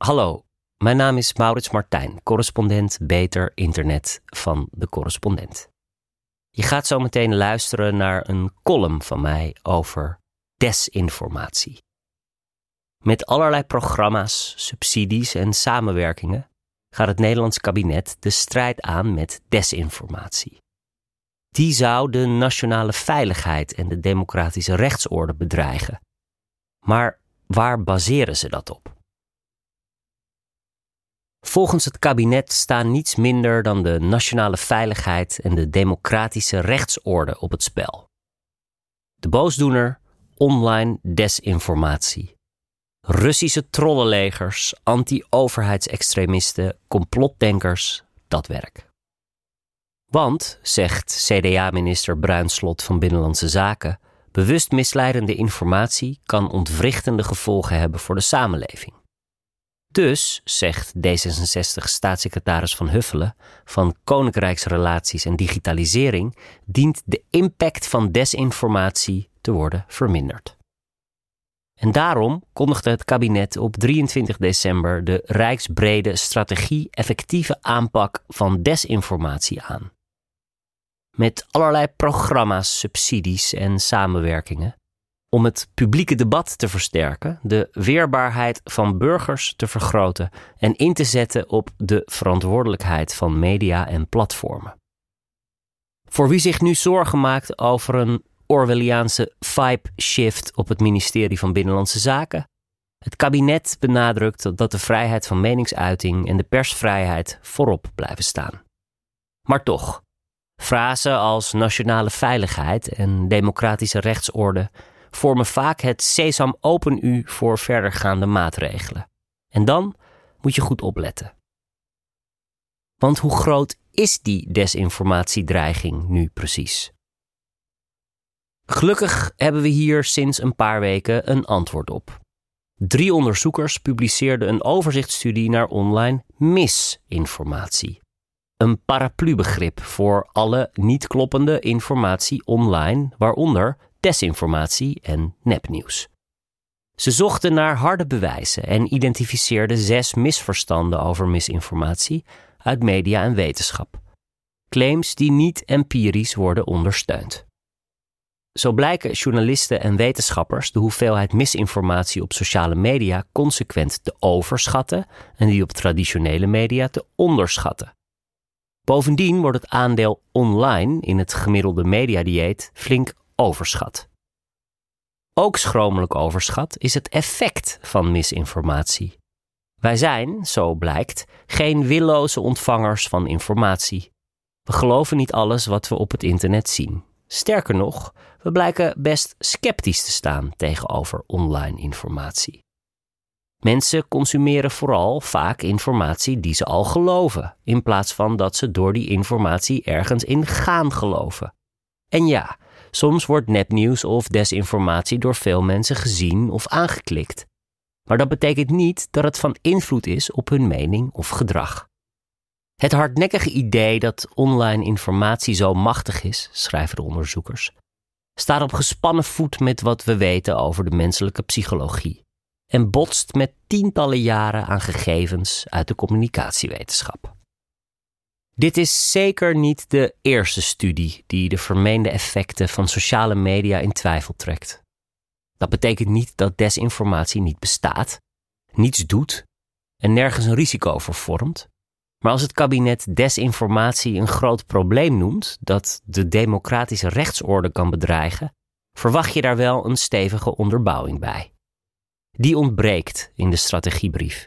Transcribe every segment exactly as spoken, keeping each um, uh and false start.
Hallo, mijn naam is Maurits Martijn, correspondent Beter Internet van De Correspondent. Je gaat zo meteen luisteren naar een column van mij over desinformatie. Met allerlei programma's, subsidies en samenwerkingen gaat het Nederlands kabinet de strijd aan met desinformatie. Die zou de nationale veiligheid en de democratische rechtsorde bedreigen. Maar waar baseren ze dat op? Volgens het kabinet staan niets minder dan de nationale veiligheid en de democratische rechtsorde op het spel. De boosdoener, online desinformatie. Russische trollenlegers, anti-overheidsextremisten, complotdenkers, dat werk. Want, zegt C D A-minister Bruinslot van Binnenlandse Zaken, bewust misleidende informatie kan ontwrichtende gevolgen hebben voor de samenleving. Dus, zegt D zesenzestig-staatssecretaris Van Huffelen van Koninkrijksrelaties en Digitalisering, dient de impact van desinformatie te worden verminderd. En daarom kondigde het kabinet op drieëntwintig december de rijksbrede strategie effectieve aanpak van desinformatie aan. Met allerlei programma's, subsidies en samenwerkingen om het publieke debat te versterken, de weerbaarheid van burgers te vergroten en in te zetten op de verantwoordelijkheid van media en platformen. Voor wie zich nu zorgen maakt over een Orwelliaanse vibe-shift op het ministerie van Binnenlandse Zaken, het kabinet benadrukt dat de vrijheid van meningsuiting en de persvrijheid voorop blijven staan. Maar toch, frasen als nationale veiligheid en democratische rechtsorde vormen vaak het sesam open u voor verdergaande maatregelen. En dan moet je goed opletten. Want hoe groot is die desinformatiedreiging nu precies? Gelukkig hebben we hier sinds een paar weken een antwoord op. Drie onderzoekers publiceerden een overzichtsstudie naar online misinformatie. Een paraplubegrip voor alle niet kloppende informatie online, waaronder desinformatie en nepnieuws. Ze zochten naar harde bewijzen en identificeerden zes misverstanden over misinformatie uit media en wetenschap. Claims die niet empirisch worden ondersteund. Zo blijken journalisten en wetenschappers de hoeveelheid misinformatie op sociale media consequent te overschatten en die op traditionele media te onderschatten. Bovendien wordt het aandeel online in het gemiddelde mediadieet flink overschat. Ook schromelijk overschat is het effect van misinformatie. Wij zijn, zo blijkt, geen willoze ontvangers van informatie. We geloven niet alles wat we op het internet zien. Sterker nog, we blijken best sceptisch te staan tegenover online informatie. Mensen consumeren vooral vaak informatie die ze al geloven, in plaats van dat ze door die informatie ergens in gaan geloven. En ja, soms wordt nepnieuws of desinformatie door veel mensen gezien of aangeklikt. Maar dat betekent niet dat het van invloed is op hun mening of gedrag. Het hardnekkige idee dat online informatie zo machtig is, schrijven de onderzoekers, staat op gespannen voet met wat we weten over de menselijke psychologie en botst met tientallen jaren aan gegevens uit de communicatiewetenschap. Dit is zeker niet de eerste studie die de vermeende effecten van sociale media in twijfel trekt. Dat betekent niet dat desinformatie niet bestaat, niets doet en nergens een risico voor vormt. Maar als het kabinet desinformatie een groot probleem noemt dat de democratische rechtsorde kan bedreigen, verwacht je daar wel een stevige onderbouwing bij. Die ontbreekt in de strategiebrief.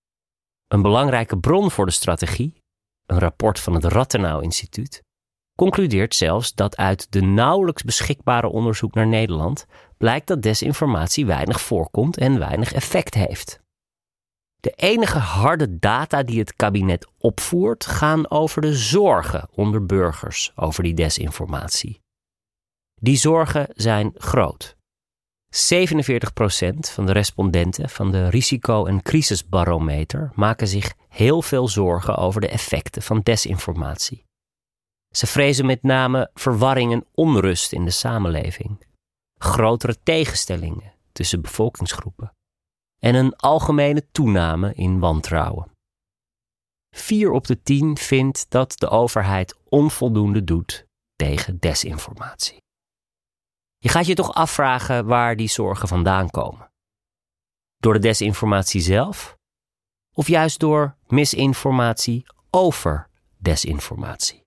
Een belangrijke bron voor de strategie, een rapport van het Rathenau Instituut, concludeert zelfs dat uit de nauwelijks beschikbare onderzoek naar Nederland blijkt dat desinformatie weinig voorkomt en weinig effect heeft. De enige harde data die het kabinet opvoert gaan over de zorgen onder burgers over die desinformatie. Die zorgen zijn groot. zevenenveertig procent van de respondenten van de risico- en crisisbarometer maken zich heel veel zorgen over de effecten van desinformatie. Ze vrezen met name verwarring en onrust in de samenleving, grotere tegenstellingen tussen bevolkingsgroepen, en een algemene toename in wantrouwen. Vier op de tien vindt dat de overheid onvoldoende doet tegen desinformatie. Je gaat je toch afvragen waar die zorgen vandaan komen. Door de desinformatie zelf? Of juist door misinformatie over desinformatie?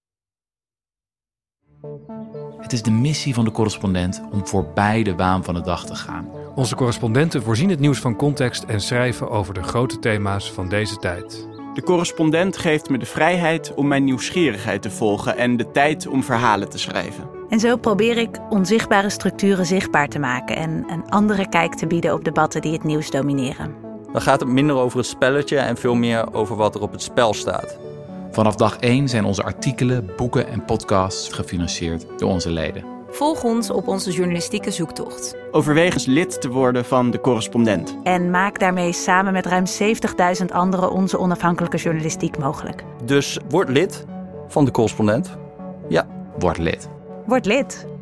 Het is de missie van de correspondent om voorbij de waan van de dag te gaan. Onze correspondenten voorzien het nieuws van context en schrijven over de grote thema's van deze tijd. De correspondent geeft me de vrijheid om mijn nieuwsgierigheid te volgen en de tijd om verhalen te schrijven. En zo probeer ik onzichtbare structuren zichtbaar te maken en een andere kijk te bieden op debatten die het nieuws domineren. Dan gaat het minder over het spelletje en veel meer over wat er op het spel staat. Vanaf dag één zijn onze artikelen, boeken en podcasts gefinancierd door onze leden. Volg ons op onze journalistieke zoektocht. Overweeg eens lid te worden van de correspondent. En maak daarmee samen met ruim zeventigduizend anderen onze onafhankelijke journalistiek mogelijk. Dus word lid van de correspondent. Ja. Word lid. Word lid.